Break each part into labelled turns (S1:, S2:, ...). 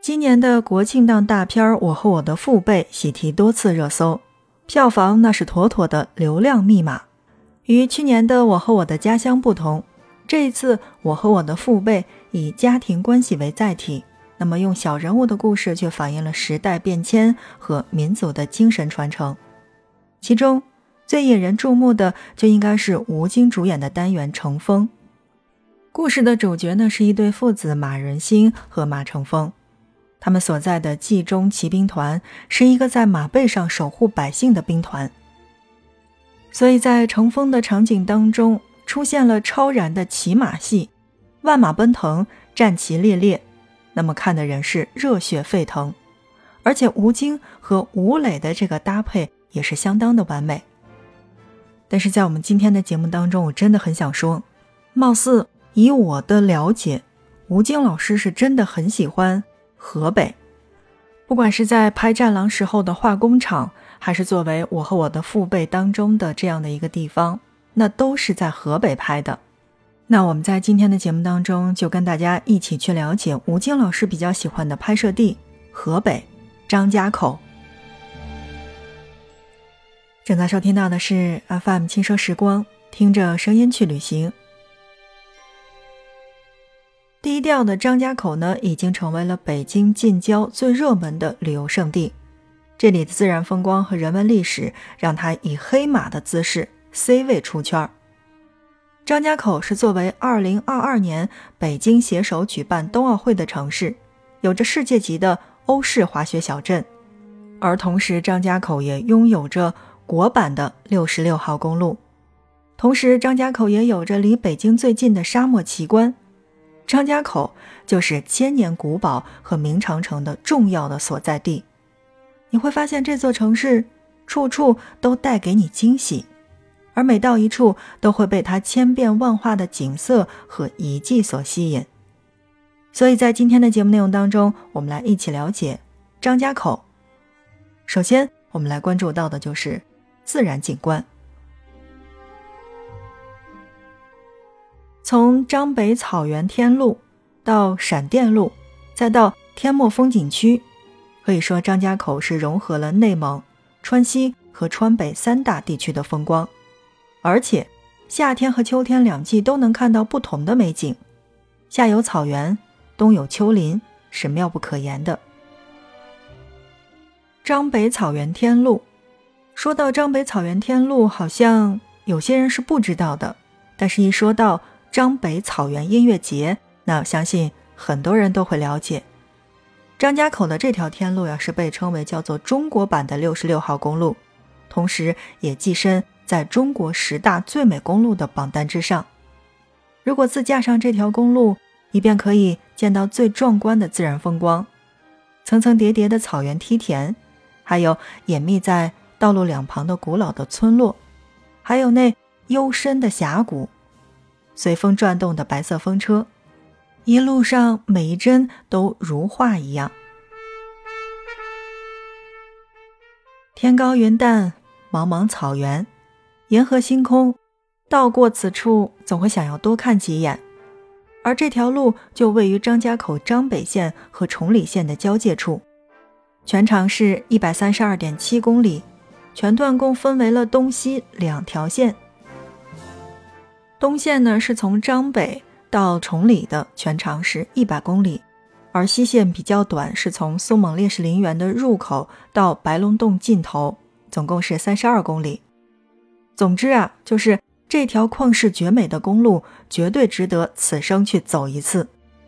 S1: 今年的国庆档大片《我和我的父辈》喜提多次热搜，票房那是妥妥的流量密码。与去年的《我和我的家乡》不同，这一次《我和我的父辈》以家庭关系为载体，那么用小人物的故事却反映了时代变迁和民族的精神传承。其中最引人注目的就应该是吴京主演的单元《乘风》。故事的主角呢是一对父子马仁兴和马乘风，他们所在的冀中骑兵团是一个在马背上守护百姓的兵团，所以在乘风的场景当中出现了超燃的骑马戏，万马奔腾，战旗猎猎，那么看的人是热血沸腾。而且吴京和吴磊的这个搭配也是相当的完美。但是在我们今天的节目当中，我真的很想说，貌似以我的了解，吴京老师是真的很喜欢河北，不管是在拍战狼时候的化工厂，还是作为我和我的父辈当中的这样的一个地方，那都是在河北拍的。那我们在今天的节目当中就跟大家一起去了解吴京老师比较喜欢的拍摄地河北张家口。正在收听到的是 FM 轻奢时光，听着声音去旅行。低调的张家口呢，已经成为了北京近郊最热门的旅游胜地。这里的自然风光和人文历史让它以黑马的姿势 C 位出圈。张家口是作为2022年北京携手举办冬奥会的城市，有着世界级的欧式滑雪小镇，而同时张家口也拥有着国版的66号公路，同时张家口也有着离北京最近的沙漠奇观。张家口就是千年古堡和明长城的重要的所在地。你会发现这座城市处处都带给你惊喜，而每到一处都会被它千变万化的景色和遗迹所吸引。所以在今天的节目内容当中，我们来一起了解张家口。首先我们来关注到的就是自然景观。从张北草原天路到闪电路，再到天漠风景区，可以说张家口是融合了内蒙、川西和川北三大地区的风光，而且夏天和秋天两季都能看到不同的美景，夏有草原，冬有丘陵，是妙不可言的。张北草原天路，说到张北草原天路，好像有些人是不知道的，但是一说到张北草原音乐节，那我相信很多人都会了解。张家口的这条天路是被称为叫做中国版的66号公路，同时也跻身在中国10大最美公路的榜单之上。如果自驾上这条公路，你便可以见到最壮观的自然风光，层层叠叠的草原梯田，还有隐秘在道路两旁的古老的村落，还有那幽深的峡谷，随风转动的白色风车，一路上每一帧都如画一样。天高云淡，茫茫草原，银河星空，到过此处总会想要多看几眼。而这条路就位于张家口张北县和崇礼县的交界处，全长是132.7公里，全段共分为了东西两条线。东线呢是从张北到崇礼的，全长是100公里，而西线比较短，是从松猛烈士陵园的入口到白龙洞尽头，总共是32公里。总之就是这条旷世绝美的公路绝对值得此生去走一次。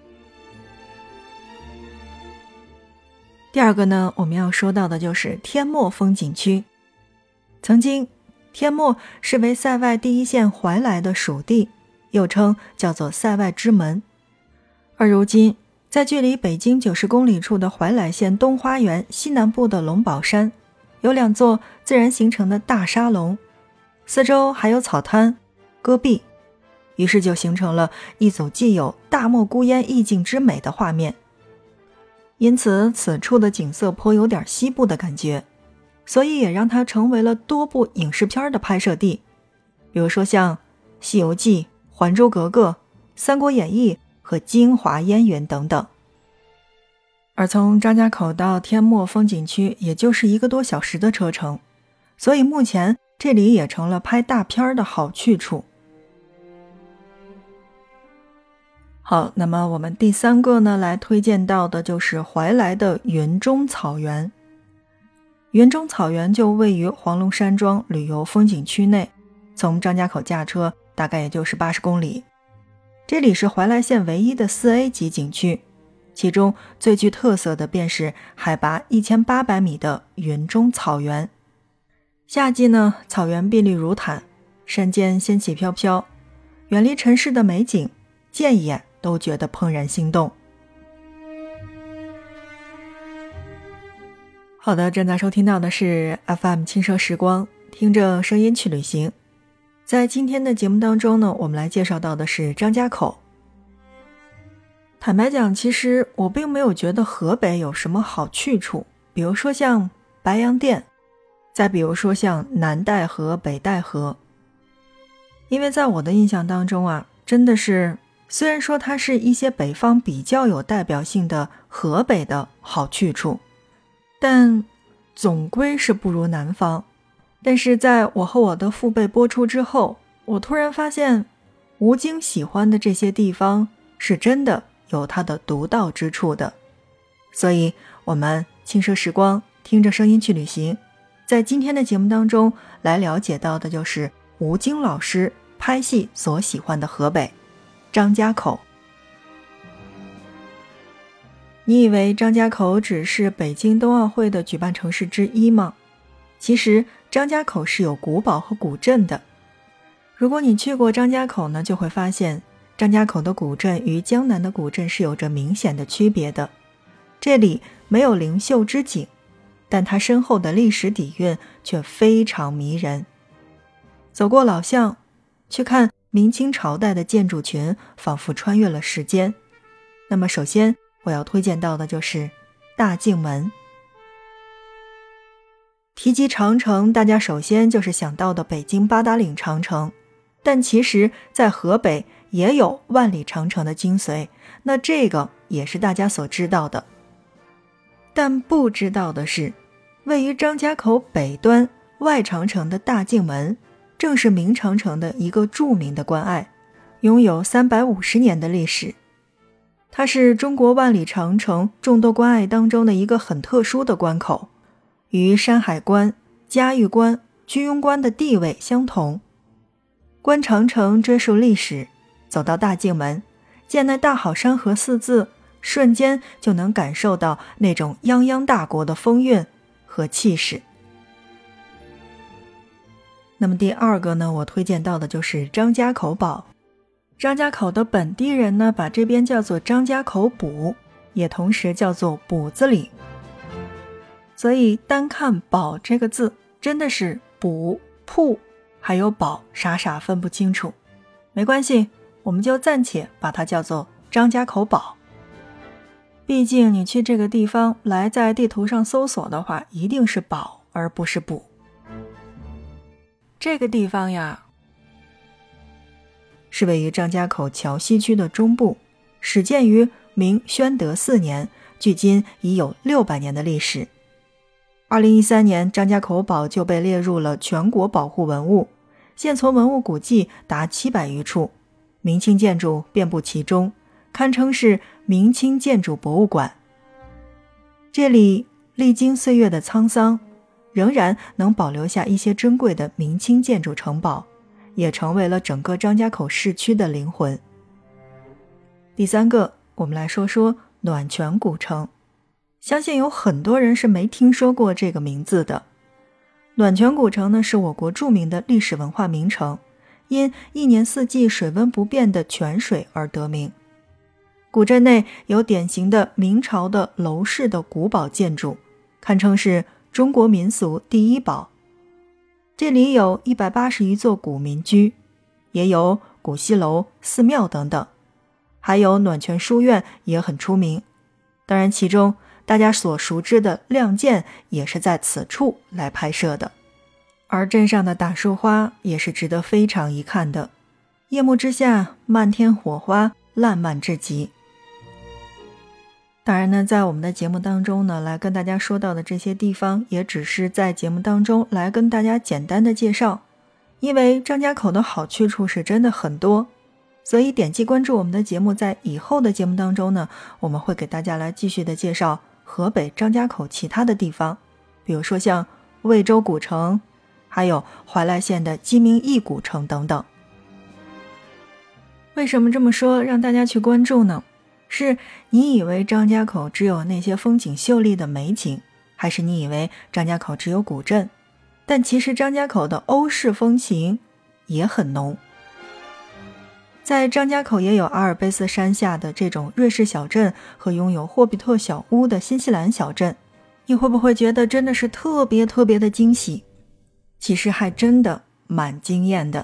S1: 第二个呢，我们要说到的就是天漠风景区。曾经天漠是为塞外第一线怀来的属地，又称叫做塞外之门。而如今在距离北京90公里处的怀来县东花园西南部的龙宝山，有2座自然形成的大沙龙，四周还有草滩戈壁，于是就形成了一组既有大漠孤烟意境之美的画面。因此此处的景色颇有点西部的感觉，所以也让它成为了多部影视片的拍摄地，比如说像《西游记》、《还珠格格》、《三国演义》和《京华烟云》等等。 而从张家口到天默风景区也就是1个多小时的车程，所以目前这里也成了拍大片的好去处。好，那么我们第3个呢，来推荐到的就是怀来的云中草原。云中草原就位于黄龙山庄旅游风景区内，从张家口驾车大概也就是80公里。这里是怀来县唯一的4A 级景区，其中最具特色的便是海拔1800米的云中草原。夏季呢，草原碧绿如毯，山间仙气飘飘，远离尘世的美景，见一眼都觉得怦然心动。好的，正在收听到的是 FM 轻奢时光，听着声音去旅行。在今天的节目当中呢，我们来介绍到的是张家口。坦白讲，其实我并没有觉得河北有什么好去处，比如说像白洋淀，再比如说像南戴河、北戴河。因为在我的印象当中啊，真的是虽然说它是一些北方比较有代表性的河北的好去处，但总归是不如南方。但是在我和我的父辈播出之后，我突然发现吴京喜欢的这些地方是真的有它的独到之处的。所以我们轻奢时光，听着声音去旅行，在今天的节目当中来了解到的就是吴京老师拍戏所喜欢的河北张家口。你以为张家口只是北京冬奥会的举办城市之一吗？其实张家口是有古堡和古镇的。如果你去过张家口呢，就会发现张家口的古镇与江南的古镇是有着明显的区别的。这里没有灵秀之景，但它深厚的历史底蕴却非常迷人。走过老巷，去看明清朝代的建筑群，仿佛穿越了时间。那么首先我要推荐到的就是大镜门。提及长城，大家首先就是想到的北京八达岭长城，但其实在河北也有万里长城的精髓，那这个也是大家所知道的。但不知道的是，位于张家口北端外长城的大镜门，正是明长城的一个著名的关隘，拥有350年的历史。它是中国万里长城众多关隘当中的一个很特殊的关口，与山海关、嘉峪关、居庸关的地位相同。观长城追溯历史，走到大镜门，见那大好山河4字，瞬间就能感受到那种泱泱大国的风韵和气势。那么第2个呢，我推荐到的就是张家口堡。张家口的本地人呢，把这边叫做张家口堡，也同时叫做堡子岭。所以单看堡这个字，真的是堡、铺还有堡傻傻分不清楚。没关系，我们就暂且把它叫做张家口堡。毕竟你去这个地方来，在地图上搜索的话，一定是堡而不是堡。这个地方呀，是位于张家口桥西区的中部，始建于明宣德4年，距今已有600年的历史。2013年，张家口堡就被列入了全国保护文物，现存文物古迹达700余处，明清建筑遍布其中，堪称是明清建筑博物馆。这里历经岁月的沧桑，仍然能保留下一些珍贵的明清建筑城堡，也成为了整个张家口市区的灵魂。第3个，我们来说说暖泉古城。相信有很多人是没听说过这个名字的。暖泉古城呢，是我国著名的历史文化名城，因一年四季水温不变的泉水而得名。古镇内有典型的明朝的楼式的古堡建筑，堪称是中国民俗第1宝。这里有180余座古民居，也有古西楼、寺庙等等，还有暖泉书院也很出名。当然其中大家所熟知的《亮剑》也是在此处来拍摄的。而镇上的打树花也是值得非常一看的，夜幕之下漫天火花烂漫至极。 当然呢，在我们的节目当中呢，来跟大家说到的这些地方，也只是在节目当中来跟大家简单的介绍。因为张家口的好去处是真的很多，所以点击关注我们的节目，在以后的节目当中呢，我们会给大家来继续的介绍河北张家口其他的地方，比如说像魏州古城，还有怀来县的鸡鸣驿古城等等。为什么这么说让大家去关注呢？是你以为张家口只有那些风景秀丽的美景，还是你以为张家口只有古镇？但其实张家口的欧式风情也很浓。在张家口也有阿尔卑斯山下的这种瑞士小镇和拥有霍比特小屋的新西兰小镇，你会不会觉得真的是特别特别的惊喜？其实还真的蛮惊艳的。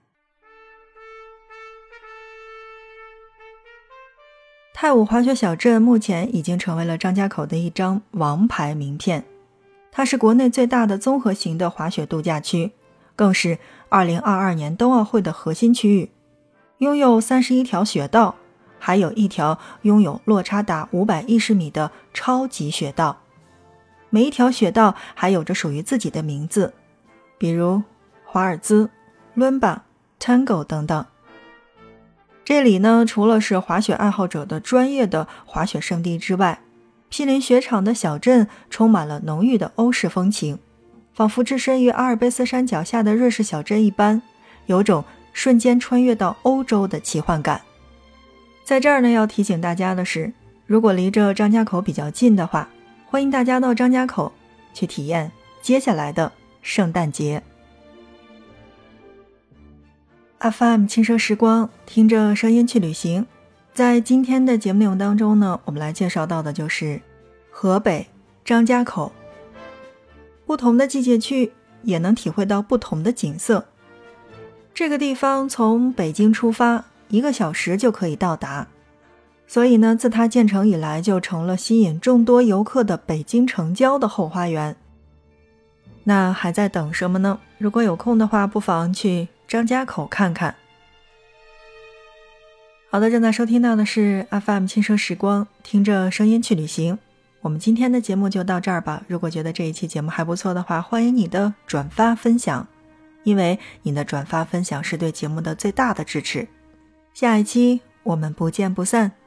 S1: 太武滑雪小镇目前已经成为了张家口的一张王牌名片，它是国内最大的综合型的滑雪度假区，更是2022年冬奥会的核心区域，拥有31条雪道，还有一条拥有落差达510米的超级雪道。每一条雪道还有着属于自己的名字，比如华尔兹、伦巴、Tango 等等。这里呢，除了是滑雪爱好者的专业的滑雪胜地之外，毗邻雪场的小镇充满了浓郁的欧式风情，仿佛置身于阿尔卑斯山脚下的瑞士小镇一般，有种瞬间穿越到欧洲的奇幻感。在这儿呢，要提醒大家的是，如果离着张家口比较近的话，欢迎大家到张家口去体验接下来的圣诞节。FM 轻奢时光，听着声音去旅行。在今天的节目内容当中呢，我们来介绍到的就是河北张家口。不同的季节去，也能体会到不同的景色。这个地方从北京出发1个小时就可以到达，所以呢，自它建成以来就成了吸引众多游客的北京城郊的后花园。那还在等什么呢？如果有空的话，不妨去张家口看看。好的，正在收听到的是 FM 轻奢时光，听着声音去旅行。我们今天的节目就到这儿吧。如果觉得这一期节目还不错的话，欢迎你的转发分享，因为你的转发分享是对节目的最大的支持。下一期我们不见不散。